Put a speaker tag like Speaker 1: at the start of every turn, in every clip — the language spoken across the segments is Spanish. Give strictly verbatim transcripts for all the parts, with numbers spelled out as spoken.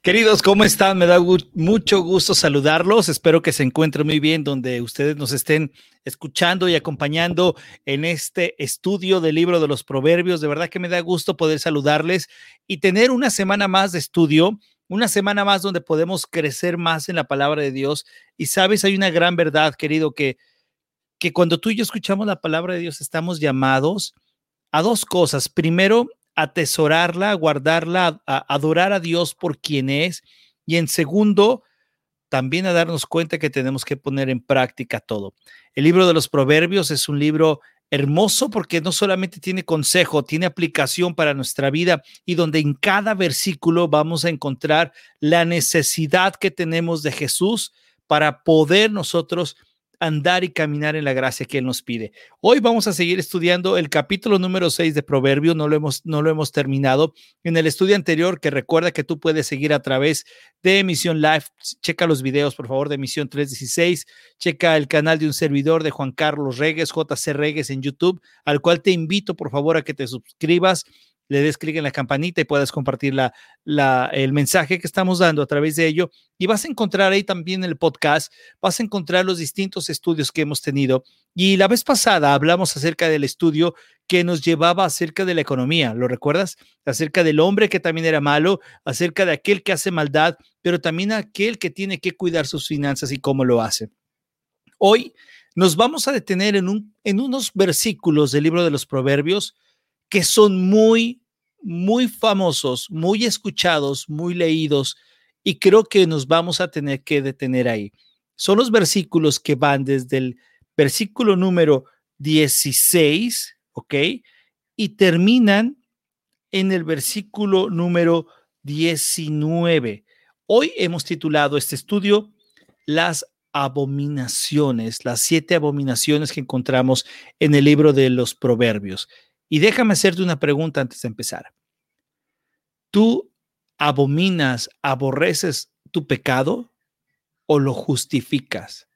Speaker 1: Queridos, ¿cómo están? Me da gu- mucho gusto saludarlos. Espero que se encuentren muy bien donde ustedes nos estén escuchando y acompañando en este estudio del libro de los Proverbios. De verdad que me da gusto poder saludarles y tener una semana más de estudio, una semana más donde podemos crecer más en la palabra de Dios. Y sabes, hay una gran verdad, querido, que, que cuando tú y yo escuchamos la palabra de Dios estamos llamados a dos cosas. Primero, atesorarla, guardarla, a, adorar a Dios por quien es. Y en segundo, también a darnos cuenta que tenemos que poner en práctica todo. El libro de los Proverbios es un libro hermoso porque no solamente tiene consejo, tiene aplicación para nuestra vida y donde en cada versículo vamos a encontrar la necesidad que tenemos de Jesús para poder nosotros andar y caminar en la gracia que Él nos pide. Hoy vamos a seguir estudiando el capítulo número seis de Proverbios, no lo hemos, no lo hemos terminado. En el estudio anterior, que recuerda que tú puedes seguir a través de Misión Live, checa los videos, por favor, de Misión trescientos dieciséis, checa el canal de un servidor de Juan Carlos Regues, J C Regues en YouTube, al cual te invito, por favor, a que te suscribas, le des clic en la campanita y puedas compartir la, la, el mensaje que estamos dando a través de ello. Y vas a encontrar ahí también el podcast, vas a encontrar los distintos estudios que hemos tenido. Y la vez pasada hablamos acerca del estudio que nos llevaba acerca de la economía, ¿lo recuerdas? Acerca del hombre que también era malo, acerca de aquel que hace maldad, pero también aquel que tiene que cuidar sus finanzas y cómo lo hace. Hoy nos vamos a detener en, un, en unos versículos del libro de los Proverbios que son muy, muy famosos, muy escuchados, muy leídos, y creo que nos vamos a tener que detener ahí. Son los versículos que van desde el versículo número dieciséis, ¿ok? Y terminan en el versículo número diecinueve. Hoy hemos titulado este estudio Las abominaciones, las siete abominaciones que encontramos en el libro de los Proverbios. Y déjame hacerte una pregunta antes de empezar. ¿Tú abominas, aborreces tu pecado o lo justificas?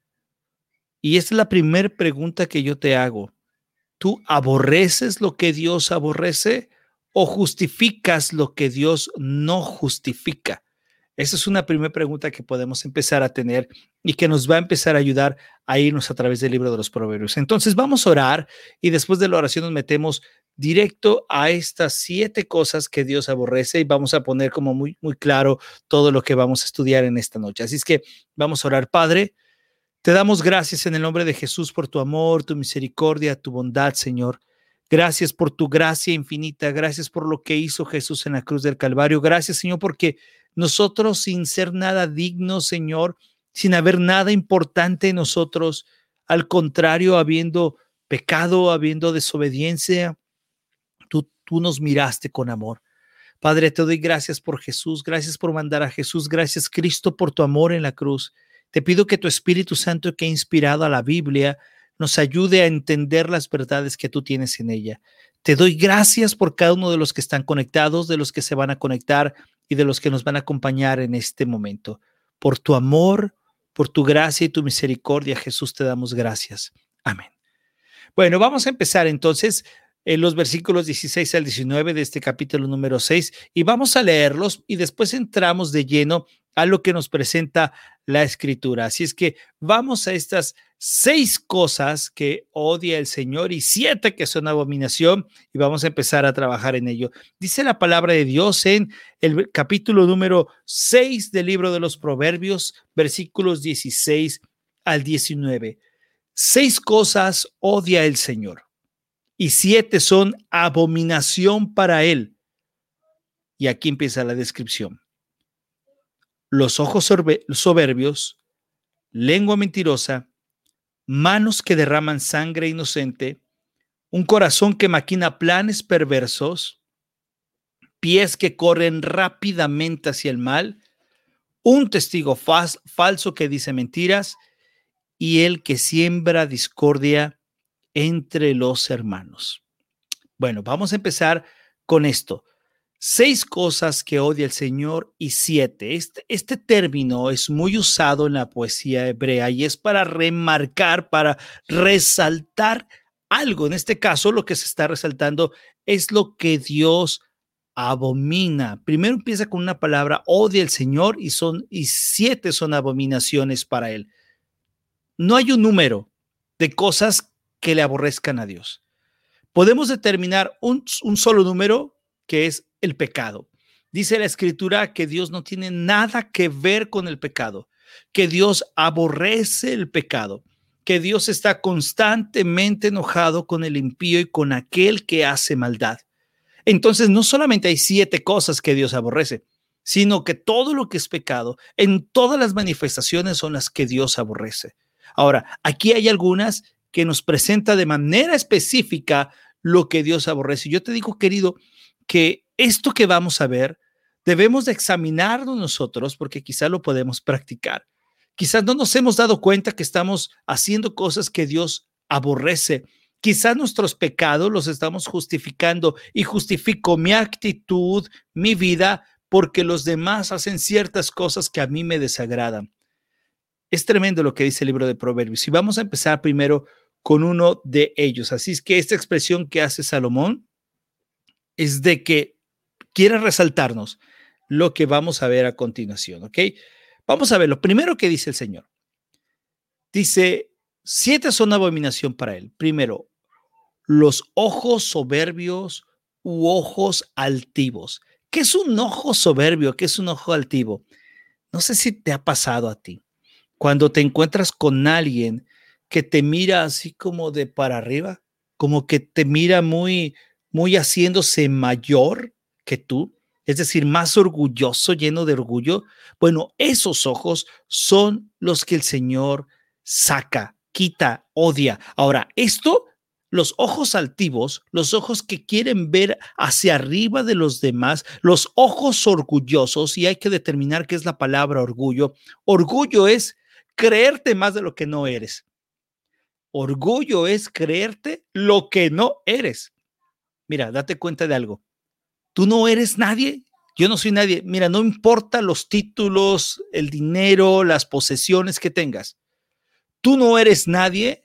Speaker 1: Y esta es la primera pregunta que yo te hago. ¿Tú aborreces lo que Dios aborrece o justificas lo que Dios no justifica? Esa es una primera pregunta que podemos empezar a tener y que nos va a empezar a ayudar a irnos a través del libro de los Proverbios. Entonces vamos a orar y después de la oración nos metemos directo a estas siete cosas que Dios aborrece y vamos a poner como muy, muy claro todo lo que vamos a estudiar en esta noche. Así es que vamos a orar. Padre, te damos gracias en el nombre de Jesús por tu amor, tu misericordia, tu bondad, Señor. Gracias por tu gracia infinita. Gracias por lo que hizo Jesús en la cruz del Calvario. Gracias, Señor, porque nosotros, sin ser nada dignos, Señor, sin haber nada importante en nosotros, al contrario, habiendo pecado, habiendo desobediencia, tú, tú nos miraste con amor. Padre, te doy gracias por Jesús, gracias por mandar a Jesús, gracias Cristo por tu amor en la cruz. Te pido que tu Espíritu Santo que ha inspirado a la Biblia nos ayude a entender las verdades que tú tienes en ella. Te doy gracias por cada uno de los que están conectados, de los que se van a conectar y de los que nos van a acompañar en este momento. Por tu amor, por tu gracia y tu misericordia, Jesús, te damos gracias. Amén. Bueno, vamos a empezar entonces en los versículos dieciséis al diecinueve de este capítulo número seis y vamos a leerlos y después entramos de lleno a lo que nos presenta la escritura. Así es que vamos a estas seis cosas que odia el Señor y siete que son abominación y vamos a empezar a trabajar en ello. Dice la palabra de Dios en el capítulo número seis del libro de los Proverbios, versículos dieciséis al diecinueve. Seis cosas odia el Señor y siete son abominación para él. Y aquí empieza la descripción. Los ojos soberbios, lengua mentirosa, manos que derraman sangre inocente, un corazón que maquina planes perversos, pies que corren rápidamente hacia el mal, un testigo fas- falso que dice mentiras y el que siembra discordia entre los hermanos. Bueno, vamos a empezar con esto. Seis cosas que odia el Señor y siete. Este, este término es muy usado en la poesía hebrea y es para remarcar, para resaltar algo. En este caso, lo que se está resaltando es lo que Dios abomina. Primero empieza con una palabra, odia el Señor, y, son, y siete son abominaciones para él. No hay un número de cosas que le aborrezcan a Dios. Podemos determinar un, un solo número, que es el pecado. Dice la Escritura que Dios no tiene nada que ver con el pecado, que Dios aborrece el pecado, que Dios está constantemente enojado con el impío y con aquel que hace maldad. Entonces, no solamente hay siete cosas que Dios aborrece, sino que todo lo que es pecado, en todas las manifestaciones, son las que Dios aborrece. Ahora, aquí hay algunas que nos presenta de manera específica lo que Dios aborrece. Yo te digo, querido, que esto que vamos a ver, debemos de examinarnos nosotros, porque quizás lo podemos practicar. Quizás no nos hemos dado cuenta que estamos haciendo cosas que Dios aborrece. Quizás nuestros pecados los estamos justificando, y justifico mi actitud, mi vida, porque los demás hacen ciertas cosas que a mí me desagradan. Es tremendo lo que dice el libro de Proverbios. Y vamos a empezar primero con uno de ellos. Así es que esta expresión que hace Salomón es de que quiere resaltarnos lo que vamos a ver a continuación, ¿ok? Vamos a ver lo primero que dice el Señor. Dice, siete son abominación para él. Primero, los ojos soberbios u ojos altivos. ¿Qué es un ojo soberbio? ¿Qué es un ojo altivo? No sé si te ha pasado a ti. Cuando te encuentras con alguien que te mira así como de para arriba, como que te mira muy, muy haciéndose mayor que tú, es decir, más orgulloso, lleno de orgullo. Bueno, esos ojos son los que el Señor saca, quita, odia. Ahora, esto, los ojos altivos, los ojos que quieren ver hacia arriba de los demás, los ojos orgullosos, y hay que determinar qué es la palabra orgullo. Orgullo es creerte más de lo que no eres. Orgullo es creerte lo que no eres. Mira, date cuenta de algo. Tú no eres nadie. Yo no soy nadie. Mira, no importa los títulos, el dinero, las posesiones que tengas. Tú no eres nadie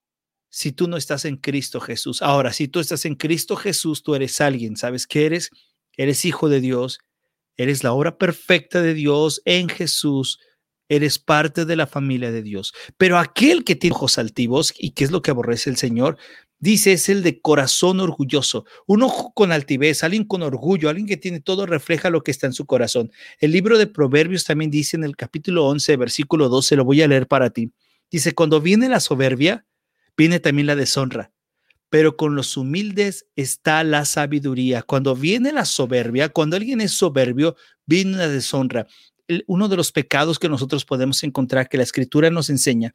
Speaker 1: si tú no estás en Cristo Jesús. Ahora, si tú estás en Cristo Jesús, tú eres alguien. ¿Sabes qué eres? Eres hijo de Dios. Eres la obra perfecta de Dios en Jesús. Eres parte de la familia de Dios. Pero aquel que tiene ojos altivos, y que es lo que aborrece el Señor, dice, es el de corazón orgulloso. Un ojo con altivez, alguien con orgullo, alguien que tiene todo, refleja lo que está en su corazón. El libro de Proverbios también dice en el capítulo once, versículo doce, lo voy a leer para ti. Dice, cuando viene la soberbia, viene también la deshonra, pero con los humildes está la sabiduría. Cuando viene la soberbia, cuando alguien es soberbio, viene la deshonra. El, uno de los pecados que nosotros podemos encontrar, que la Escritura nos enseña,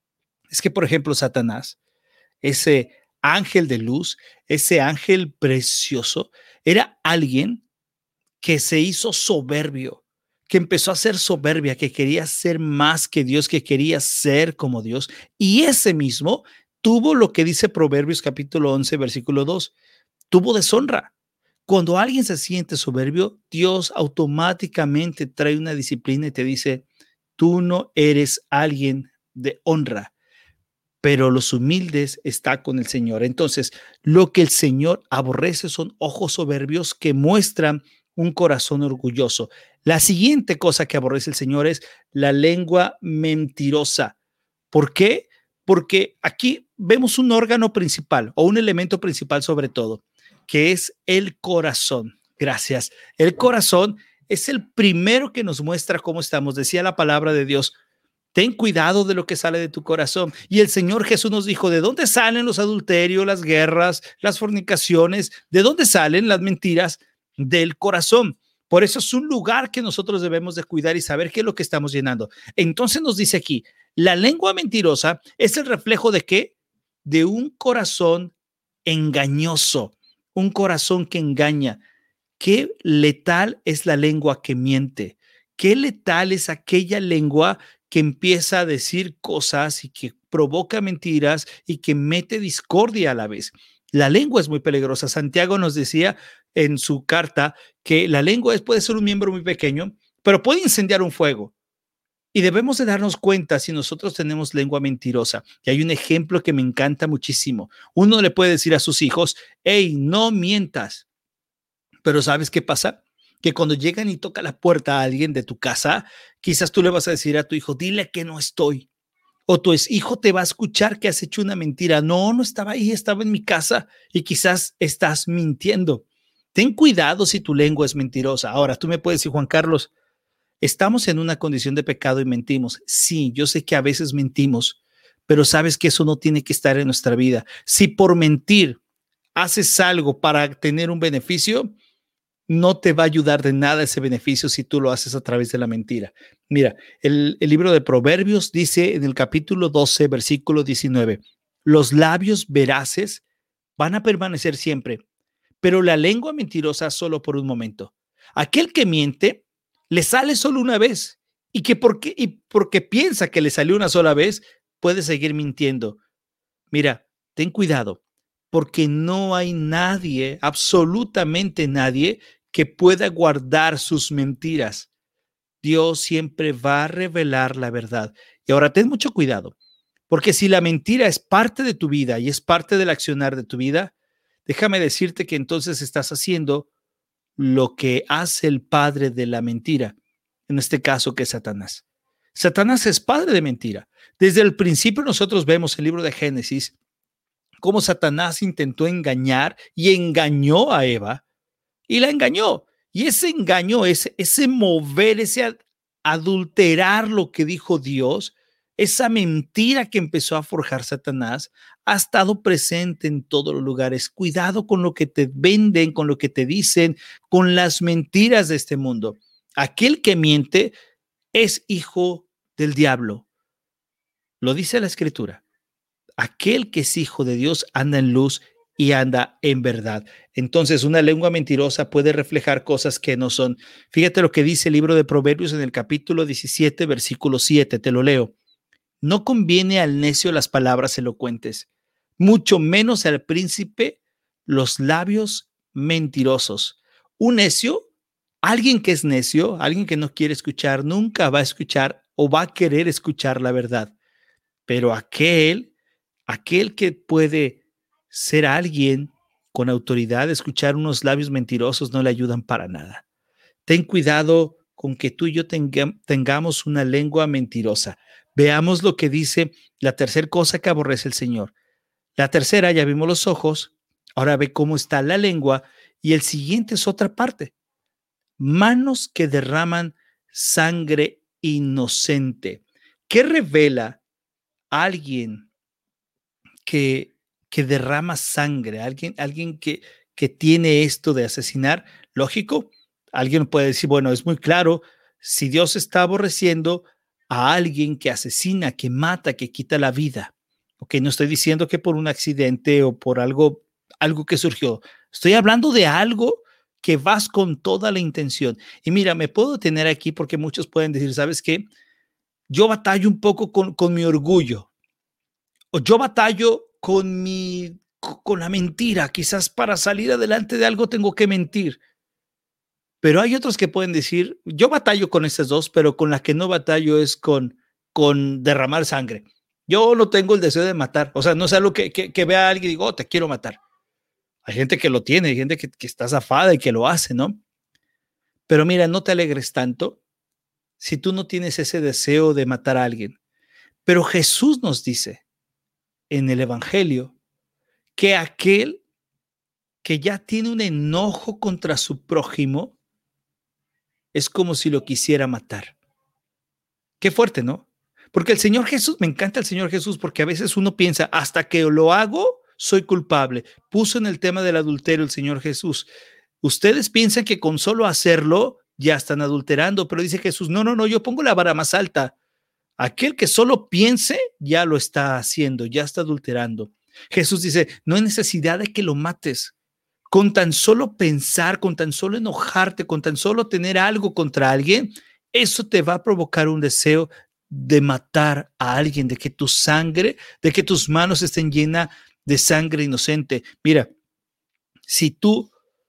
Speaker 1: es que, por ejemplo, Satanás, ese ángel de luz, ese ángel precioso, era alguien que se hizo soberbio, que empezó a ser soberbia, que quería ser más que Dios, que quería ser como Dios. Y ese mismo tuvo lo que dice Proverbios capítulo once, versículo dos, tuvo deshonra. Cuando alguien se siente soberbio, Dios automáticamente trae una disciplina y te dice, tú no eres alguien de honra, pero los humildes está con el Señor. Entonces, lo que el Señor aborrece son ojos soberbios que muestran un corazón orgulloso. La siguiente cosa que aborrece el Señor es la lengua mentirosa. ¿Por qué? Porque aquí vemos un órgano principal, o un elemento principal sobre todo, que es el corazón. Gracias. El corazón es el primero que nos muestra cómo estamos. Decía la palabra de Dios, ten cuidado de lo que sale de tu corazón. Y el Señor Jesús nos dijo, ¿de dónde salen los adulterios, las guerras, las fornicaciones? ¿De dónde salen las mentiras? Del corazón. Por eso es un lugar que nosotros debemos de cuidar y saber qué es lo que estamos llenando. Entonces nos dice aquí, la lengua mentirosa es el reflejo de qué? De un corazón engañoso, un corazón que engaña. Qué letal es la lengua que miente. Qué letal es aquella lengua que empieza a decir cosas y que provoca mentiras y que mete discordia a la vez. La lengua es muy peligrosa. Santiago nos decía en su carta que la lengua es, puede ser un miembro muy pequeño, pero puede incendiar un fuego. Y debemos de darnos cuenta si nosotros tenemos lengua mentirosa. Y hay un ejemplo que me encanta muchísimo. Uno le puede decir a sus hijos, hey, no mientas. Pero ¿sabes qué pasa? Que cuando llegan y toca la puerta a alguien de tu casa, quizás tú le vas a decir a tu hijo, dile que no estoy. O tu hijo te va a escuchar que has hecho una mentira. No, no estaba ahí, estaba en mi casa y quizás estás mintiendo. Ten cuidado si tu lengua es mentirosa. Ahora, tú me puedes decir, Juan Carlos, estamos en una condición de pecado y mentimos. Sí, yo sé que a veces mentimos, pero sabes que eso no tiene que estar en nuestra vida. Si por mentir haces algo para tener un beneficio, no te va a ayudar de nada ese beneficio si tú lo haces a través de la mentira. Mira, el, el libro de Proverbios dice en el capítulo doce, versículo diecinueve, los labios veraces van a permanecer siempre, pero la lengua mentirosa solo por un momento. Aquel que miente le sale solo una vez y que porque, y porque piensa que le salió una sola vez, puede seguir mintiendo. Mira, ten cuidado, porque no hay nadie, absolutamente nadie, que pueda guardar sus mentiras. Dios siempre va a revelar la verdad. Y ahora ten mucho cuidado, porque si la mentira es parte de tu vida y es parte del accionar de tu vida, déjame decirte que entonces estás haciendo lo que hace el padre de la mentira, en este caso que es Satanás. Satanás es padre de mentira. Desde el principio nosotros vemos el libro de Génesis cómo Satanás intentó engañar y engañó a Eva y la engañó. Y ese engaño, ese, ese mover, ese adulterar lo que dijo Dios, esa mentira que empezó a forjar Satanás, ha estado presente en todos los lugares. Cuidado con lo que te venden, con lo que te dicen, con las mentiras de este mundo. Aquel que miente es hijo del diablo. Lo dice la Escritura. Aquel que es hijo de Dios anda en luz y anda en verdad. Entonces, una lengua mentirosa puede reflejar cosas que no son. Fíjate lo que dice el libro de Proverbios en el capítulo diecisiete, versículo siete. Te lo leo. No conviene al necio las palabras elocuentes, mucho menos al príncipe los labios mentirosos. Un necio, alguien que es necio, alguien que no quiere escuchar, nunca va a escuchar o va a querer escuchar la verdad. Pero aquel, aquel que puede ser alguien con autoridad, escuchar unos labios mentirosos no le ayudan para nada. Ten cuidado con que tú y yo tenga, tengamos una lengua mentirosa. Veamos lo que dice la tercera cosa que aborrece el Señor. La tercera, ya vimos los ojos, ahora ve cómo está la lengua y el siguiente es otra parte. Manos que derraman sangre inocente. ¿Qué revela alguien que, que derrama sangre? Alguien, alguien que, que tiene esto de asesinar. Lógico, alguien puede decir, bueno, es muy claro, si Dios está aborreciendo a alguien que asesina, que mata, que quita la vida. Ok, no estoy diciendo que por un accidente o por algo, algo que surgió. Estoy hablando de algo que vas con toda la intención. Y mira, me puedo detener aquí porque muchos pueden decir, ¿sabes qué? Yo batallo un poco con, con mi orgullo. O yo batallo con mi, con la mentira. Quizás para salir adelante de algo tengo que mentir. Pero hay otros que pueden decir, yo batallo con estas dos, pero con la que no batallo es con, con derramar sangre. Yo no tengo el deseo de matar. O sea, no es algo que, que, que vea a alguien y digo, oh, te quiero matar. Hay gente que lo tiene, hay gente que, que está zafada y que lo hace, ¿no? Pero mira, no te alegres tanto si tú no tienes ese deseo de matar a alguien. Pero Jesús nos dice en el Evangelio que aquel que ya tiene un enojo contra su prójimo es como si lo quisiera matar. Qué fuerte, ¿no? Porque el Señor Jesús, me encanta el Señor Jesús porque a veces uno piensa, hasta que lo hago, soy culpable. Puso en el tema del adulterio el Señor Jesús. Ustedes piensan que con solo hacerlo ya están adulterando, pero dice Jesús, no, no, no, yo pongo la vara más alta. Aquel que solo piense ya lo está haciendo, ya está adulterando. Jesús dice, no hay necesidad de que lo mates. Con tan solo pensar, con tan solo enojarte, con tan solo tener algo contra alguien, eso te va a provocar un deseo de matar a alguien, de que tu sangre, de que tus manos estén llenas de sangre inocente. Mira, si tú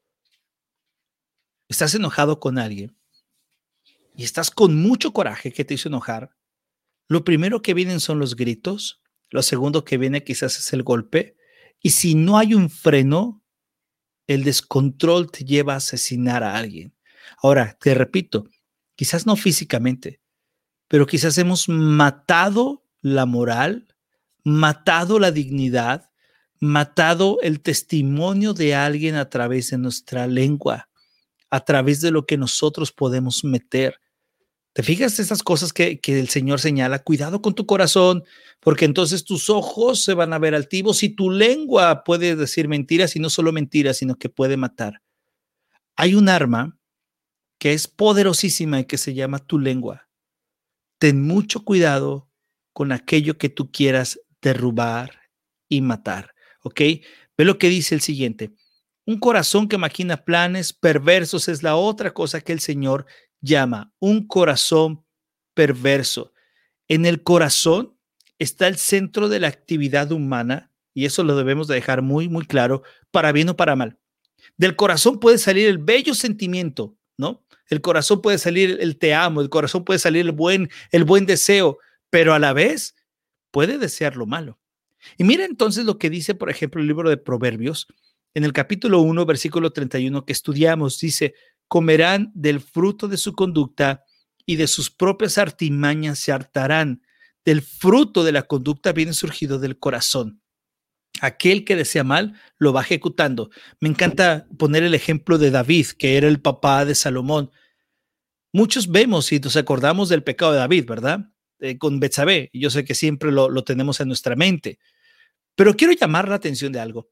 Speaker 1: estás enojado con alguien y estás con mucho coraje que te hizo enojar, lo primero que vienen son los gritos, lo segundo que viene quizás es el golpe, y si no hay un freno, El descontrol te lleva a asesinar a alguien. Ahora, te repito, quizás no físicamente, pero quizás hemos matado la moral, matado la dignidad, matado el testimonio de alguien a través de nuestra lengua, a través de lo que nosotros podemos meter. ¿Te fijas esas cosas que, que el Señor señala? Cuidado con tu corazón, porque entonces tus ojos se van a ver altivos y tu lengua puede decir mentiras, y no solo mentiras, sino que puede matar. Hay un arma que es poderosísima y que se llama tu lengua. Ten mucho cuidado con aquello que tú quieras derrubar y matar, ¿ok? Ve lo que dice el siguiente. Un corazón que maquina planes perversos es la otra cosa que el Señor llama un corazón perverso. En el corazón está el centro de la actividad humana, y eso lo debemos de dejar muy, muy claro, para bien o para mal. Del corazón puede salir el bello sentimiento, ¿no? El corazón puede salir el te amo, el corazón puede salir el buen, el buen deseo, pero a la vez puede desear lo malo. Y mira entonces lo que dice, por ejemplo, el libro de Proverbios, en el capítulo uno, versículo treinta y uno que estudiamos, dice, comerán del fruto de su conducta y de sus propias artimañas se hartarán. Del fruto de la conducta viene surgido del corazón. Aquel que desea mal lo va ejecutando. Me encanta poner el ejemplo de David, que era el papá de Salomón. Muchos vemos y nos acordamos del pecado de David, ¿verdad? Eh, con Betsabé. Yo sé que siempre lo, lo tenemos en nuestra mente. Pero quiero llamar la atención de algo.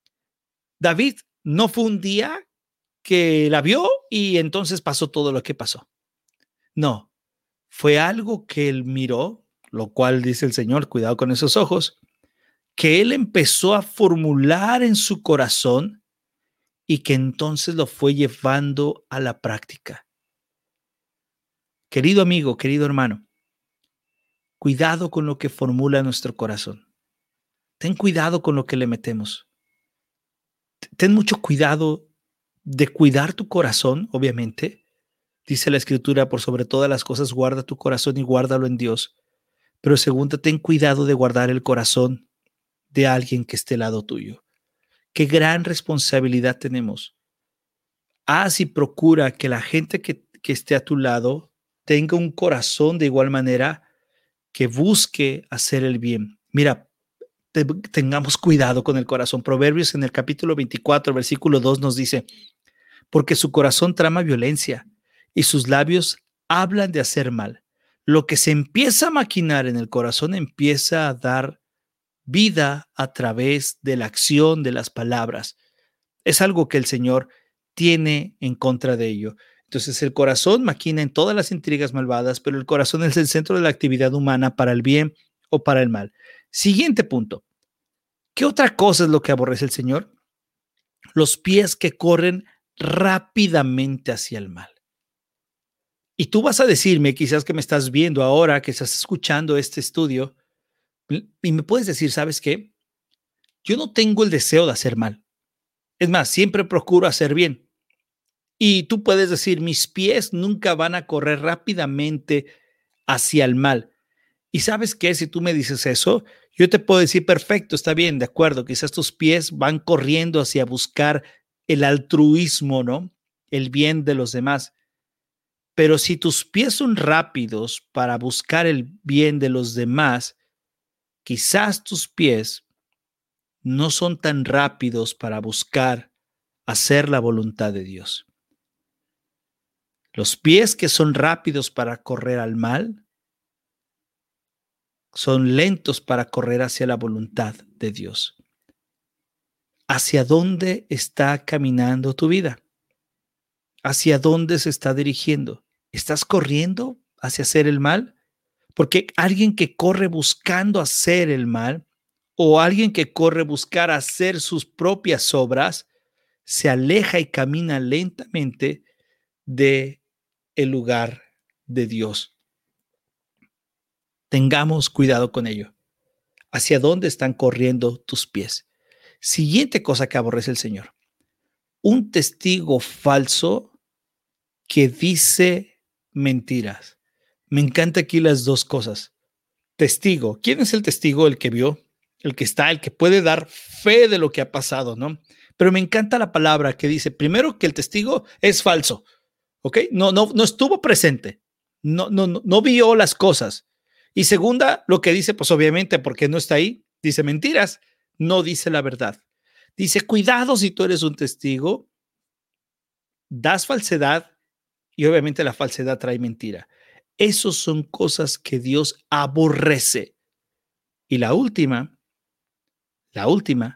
Speaker 1: David no fue un día que la vio y entonces pasó todo lo que pasó. No, fue algo que él miró, lo cual dice el Señor, cuidado con esos ojos, que él empezó a formular en su corazón y que entonces lo fue llevando a la práctica. Querido amigo, querido hermano, cuidado con lo que formula nuestro corazón. Ten cuidado con lo que le metemos. Ten mucho cuidado de cuidar tu corazón, obviamente. Dice la Escritura, por sobre todas las cosas, guarda tu corazón y guárdalo en Dios. Pero segundo, ten cuidado de guardar el corazón de alguien que esté al lado tuyo. Qué gran responsabilidad tenemos. Haz y procura que la gente que, que esté a tu lado tenga un corazón de igual manera, que busque hacer el bien. Mira, te, tengamos cuidado con el corazón. Proverbios en el capítulo veinticuatro, versículo dos nos dice, porque su corazón trama violencia y sus labios hablan de hacer mal. Lo que se empieza a maquinar en el corazón empieza a dar vida a través de la acción de las palabras. Es algo que el Señor tiene en contra de ello. Entonces el corazón maquina en todas las intrigas malvadas, pero el corazón es el centro de la actividad humana para el bien o para el mal. Siguiente punto. ¿Qué otra cosa es lo que aborrece el Señor? Los pies que corren rápidamente hacia el mal. Y tú vas a decirme, quizás que me estás viendo ahora, que estás escuchando este estudio, y me puedes decir, ¿sabes qué? Yo no tengo el deseo de hacer mal. Es más, siempre procuro hacer bien. Y tú puedes decir, mis pies nunca van a correr rápidamente hacia el mal. ¿Y sabes qué? Si tú me dices eso, yo te puedo decir, perfecto, está bien, de acuerdo. Quizás tus pies van corriendo hacia buscar el altruismo, ¿no? El bien de los demás. Pero si tus pies son rápidos para buscar el bien de los demás, quizás tus pies no son tan rápidos para buscar hacer la voluntad de Dios. Los pies que son rápidos para correr al mal son lentos para correr hacia la voluntad de Dios. ¿Hacia dónde está caminando tu vida? ¿Hacia dónde se está dirigiendo? ¿Estás corriendo hacia hacer el mal? Porque alguien que corre buscando hacer el mal o alguien que corre buscar hacer sus propias obras se aleja y camina lentamente de el lugar de Dios. Tengamos cuidado con ello. ¿Hacia dónde están corriendo tus pies? Siguiente cosa que aborrece el Señor. Un testigo falso que dice mentiras. Me encanta aquí las dos cosas. Testigo. ¿Quién es el testigo? El que vio, el que está, el que puede dar fe de lo que ha pasado, ¿no? Pero me encanta la palabra que dice, primero, que el testigo es falso, ¿ok? No, no, no estuvo presente, no, no, no, no vio las cosas. Y segunda, lo que dice, pues obviamente, porque no está ahí, dice mentiras, no dice la verdad. Dice, cuidado si tú eres un testigo, das falsedad y obviamente la falsedad trae mentira. Esas son cosas que Dios aborrece. Y la última, la última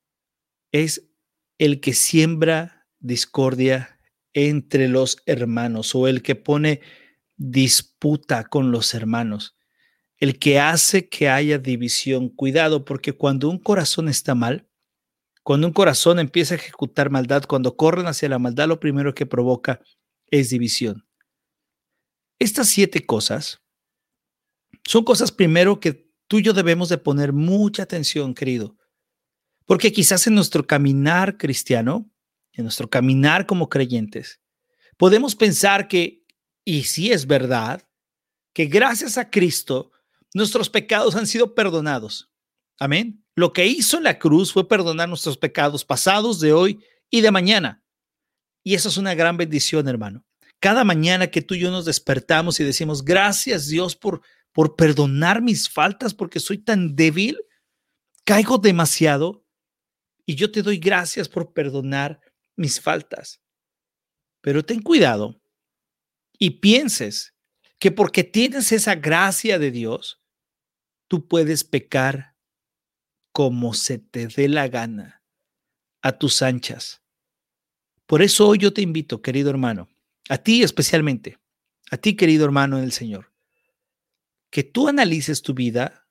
Speaker 1: es el que siembra discordia entre los hermanos o el que pone disputa con los hermanos, el que hace que haya división. Cuidado, porque cuando un corazón está mal, cuando un corazón empieza a ejecutar maldad, cuando corren hacia la maldad, lo primero que provoca es división. Estas siete cosas son cosas primero que tú y yo debemos de poner mucha atención, querido, porque quizás en nuestro caminar cristiano, en nuestro caminar como creyentes, podemos pensar que, y sí es verdad, que gracias a Cristo nuestros pecados han sido perdonados. Amén. Lo que hizo en la cruz fue perdonar nuestros pecados pasados, de hoy y de mañana. Y eso es una gran bendición, hermano. Cada mañana que tú y yo nos despertamos y decimos, gracias Dios por, por perdonar mis faltas porque soy tan débil, caigo demasiado y yo te doy gracias por perdonar mis faltas. Pero ten cuidado y pienses que porque tienes esa gracia de Dios, tú puedes pecar como se te dé la gana, a tus anchas. Por eso hoy yo te invito, querido hermano, a ti especialmente, a ti, querido hermano en el Señor, que tú analices tu vida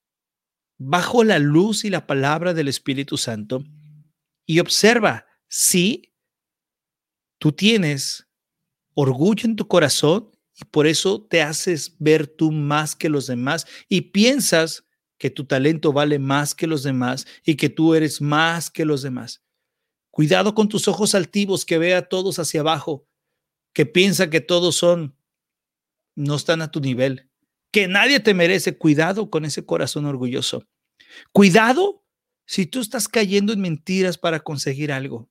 Speaker 1: bajo la luz y la palabra del Espíritu Santo y observa si tú tienes orgullo en tu corazón y por eso te haces ver tú más que los demás y piensas que tu talento vale más que los demás y que tú eres más que los demás. Cuidado con tus ojos altivos que ve a todos hacia abajo, que piensa que todos son, no están a tu nivel, que nadie te merece. Cuidado con ese corazón orgulloso. Cuidado si tú estás cayendo en mentiras para conseguir algo.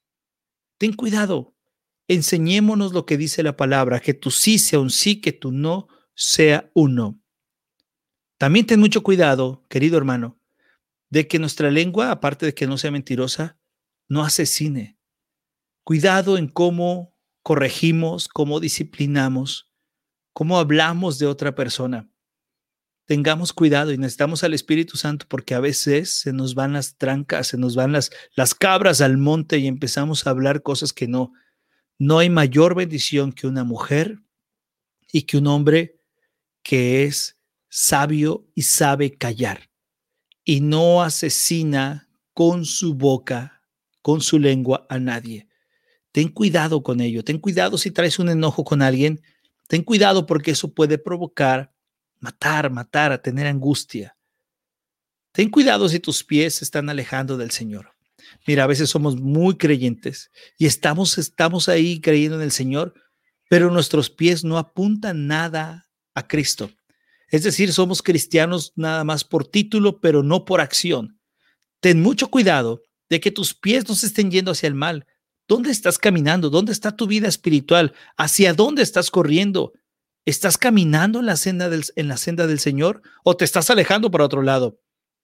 Speaker 1: Ten cuidado. Enseñémonos lo que dice la palabra, que tu sí sea un sí, que tu no sea un no. También ten mucho cuidado, querido hermano, de que nuestra lengua, aparte de que no sea mentirosa, no asesine. Cuidado en cómo corregimos, cómo disciplinamos, cómo hablamos de otra persona. Tengamos cuidado y necesitamos al Espíritu Santo porque a veces se nos van las trancas, se nos van las, las cabras al monte y empezamos a hablar cosas que no. No hay mayor bendición que una mujer y que un hombre que es sabio y sabe callar y no asesina con su boca, con su lengua a nadie. Ten cuidado con ello. Ten cuidado si traes un enojo con alguien. Ten cuidado porque eso puede provocar matar, matar, a tener angustia. Ten cuidado si tus pies se están alejando del Señor. Mira, a veces somos muy creyentes y estamos, estamos ahí creyendo en el Señor, pero nuestros pies no apuntan nada a Cristo. Es decir, somos cristianos nada más por título, pero no por acción. Ten mucho cuidado de que tus pies no se estén yendo hacia el mal. ¿Dónde estás caminando? ¿Dónde está tu vida espiritual? ¿Hacia dónde estás corriendo? ¿Estás caminando en la senda del, en la senda del Señor o te estás alejando para otro lado?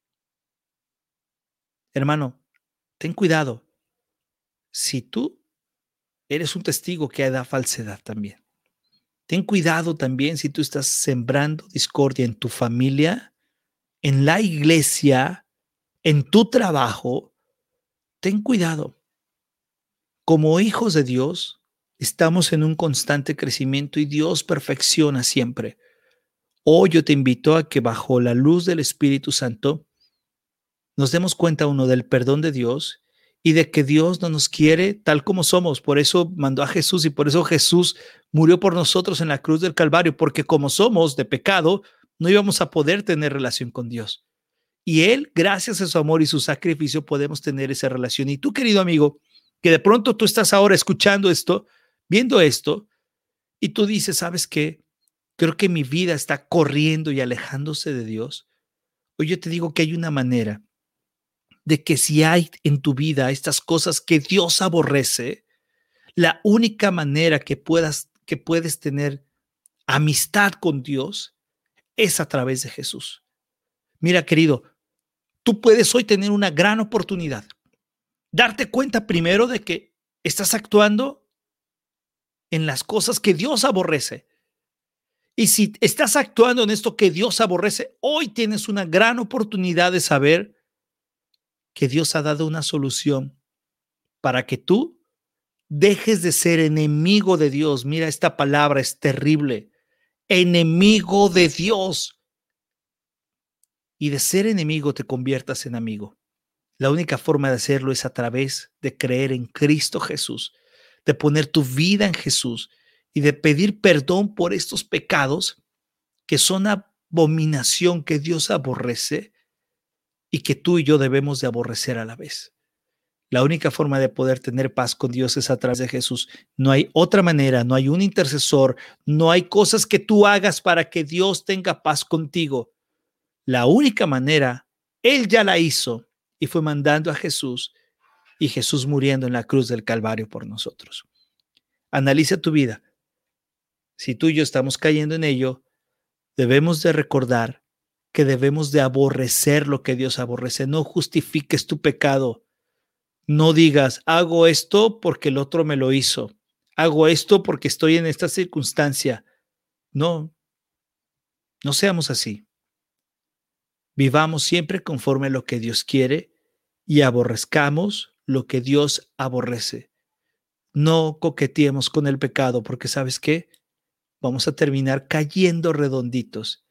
Speaker 1: Hermano, ten cuidado. Si tú eres un testigo que da falsedad también, ten cuidado también si tú estás sembrando discordia en tu familia, en la iglesia, en tu trabajo. Ten cuidado. Como hijos de Dios, estamos en un constante crecimiento y Dios perfecciona siempre. Hoy yo te invito a que bajo la luz del Espíritu Santo nos demos cuenta uno del perdón de Dios y de que Dios no nos quiere tal como somos. Por eso mandó a Jesús y por eso Jesús murió por nosotros en la cruz del Calvario, porque como somos de pecado, no íbamos a poder tener relación con Dios. Y Él, gracias a su amor y su sacrificio, podemos tener esa relación. Y tú, querido amigo, que de pronto tú estás ahora escuchando esto, viendo esto, y tú dices, ¿sabes qué? Creo que mi vida está corriendo y alejándose de Dios. Hoy yo te digo que hay una manera de que si hay en tu vida estas cosas que Dios aborrece, la única manera que puedas, que puedes tener amistad con Dios es a través de Jesús. Mira, querido, tú puedes hoy tener una gran oportunidad. Darte cuenta primero de que estás actuando en las cosas que Dios aborrece. Y si estás actuando en esto que Dios aborrece, hoy tienes una gran oportunidad de saber que Dios ha dado una solución para que tú dejes de ser enemigo de Dios. Mira, esta palabra es terrible. Enemigo de Dios. Y de ser enemigo te conviertas en amigo. La única forma de hacerlo es a través de creer en Cristo Jesús, de poner tu vida en Jesús y de pedir perdón por estos pecados que son abominación que Dios aborrece y que tú y yo debemos de aborrecer a la vez. La única forma de poder tener paz con Dios es a través de Jesús. No hay otra manera, no hay un intercesor, no hay cosas que tú hagas para que Dios tenga paz contigo. La única manera, Él ya la hizo y fue mandando a Jesús y Jesús muriendo en la cruz del Calvario por nosotros. Analiza tu vida. Si tú y yo estamos cayendo en ello, debemos de recordar que debemos de aborrecer lo que Dios aborrece. No justifiques tu pecado. No digas, hago esto porque el otro me lo hizo. Hago esto porque estoy en esta circunstancia. No, no seamos así. Vivamos siempre conforme a lo que Dios quiere y aborrezcamos lo que Dios aborrece. No coqueteemos con el pecado porque ¿sabes qué? Vamos a terminar cayendo redonditos.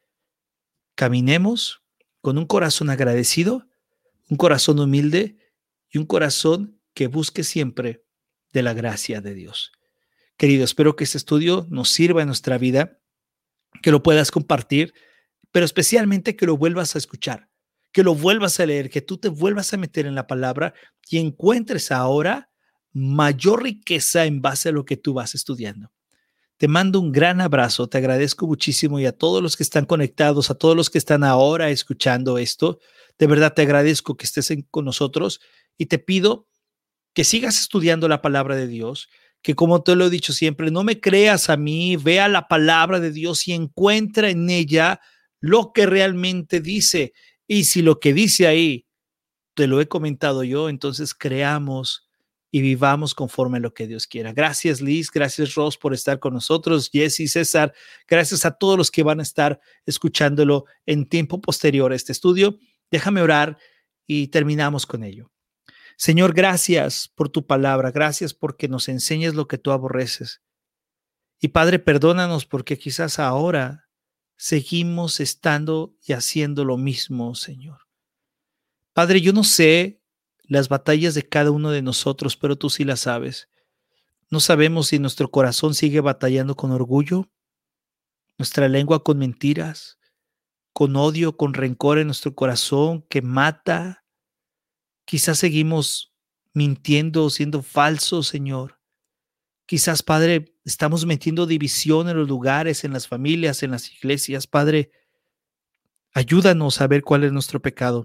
Speaker 1: Caminemos con un corazón agradecido, un corazón humilde y un corazón que busque siempre de la gracia de Dios. Querido, espero que este estudio nos sirva en nuestra vida, que lo puedas compartir, pero especialmente que lo vuelvas a escuchar, que lo vuelvas a leer, que tú te vuelvas a meter en la palabra y encuentres ahora mayor riqueza en base a lo que tú vas estudiando. Te mando un gran abrazo, te agradezco muchísimo y a todos los que están conectados, a todos los que están ahora escuchando esto, de verdad te agradezco que estés en, con nosotros y te pido que sigas estudiando la palabra de Dios, que como te lo he dicho siempre, no me creas a mí, vea la palabra de Dios y encuentra en ella lo que realmente dice. Y si lo que dice ahí te lo he comentado yo, entonces creamos y vivamos conforme a lo que Dios quiera. Gracias, Liz. Gracias, Ross, por estar con nosotros. Jessy, César. Gracias a todos los que van a estar escuchándolo en tiempo posterior a este estudio. Déjame orar y terminamos con ello. Señor, gracias por tu palabra. Gracias porque nos enseñas lo que tú aborreces. Y Padre, perdónanos porque quizás ahora seguimos estando y haciendo lo mismo, Señor. Padre, yo no sé las batallas de cada uno de nosotros, pero tú sí las sabes. No sabemos si nuestro corazón sigue batallando con orgullo, nuestra lengua con mentiras, con odio, con rencor en nuestro corazón que mata. Quizás seguimos mintiendo, siendo falsos, Señor. Quizás, Padre, estamos metiendo división en los lugares, en las familias, en las iglesias. Padre, ayúdanos a ver cuál es nuestro pecado.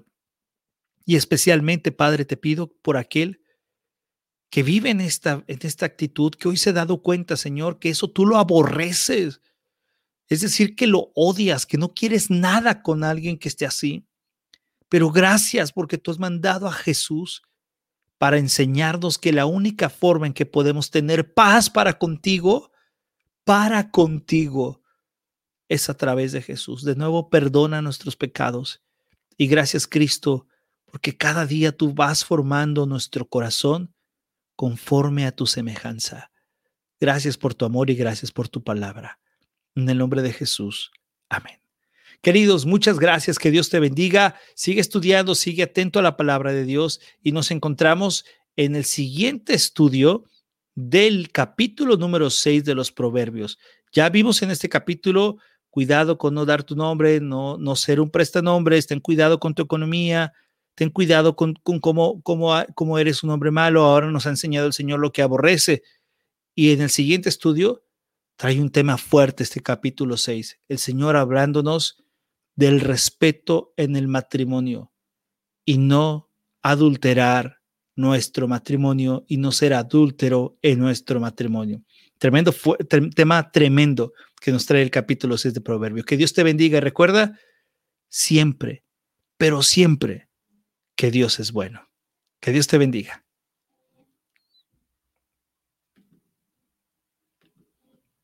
Speaker 1: Y especialmente, Padre, te pido por aquel que vive en esta, en esta actitud, que hoy se ha dado cuenta, Señor, que eso tú lo aborreces. Es decir, que lo odias, que no quieres nada con alguien que esté así. Pero gracias porque tú has mandado a Jesús para enseñarnos que la única forma en que podemos tener paz para contigo, para contigo, es a través de Jesús. De nuevo, perdona nuestros pecados. Y gracias, Cristo, porque cada día tú vas formando nuestro corazón conforme a tu semejanza. Gracias por tu amor y gracias por tu palabra. En el nombre de Jesús. Amén. Queridos, muchas gracias. Que Dios te bendiga. Sigue estudiando, sigue atento a la palabra de Dios y nos encontramos en el siguiente estudio del capítulo número seis de los Proverbios. Ya vimos en este capítulo, cuidado con no dar tu nombre, no, no ser un prestanombres, ten cuidado con tu economía, ten cuidado con, con cómo, cómo, cómo eres un hombre malo. Ahora nos ha enseñado el Señor lo que aborrece. Y en el siguiente estudio trae un tema fuerte este capítulo seis. El Señor hablándonos del respeto en el matrimonio y no adulterar nuestro matrimonio y no ser adúltero en nuestro matrimonio. Tremendo tre- tema tremendo que nos trae el capítulo seis de Proverbios. Que Dios te bendiga y recuerda siempre, pero siempre que Dios es bueno. Que Dios te bendiga.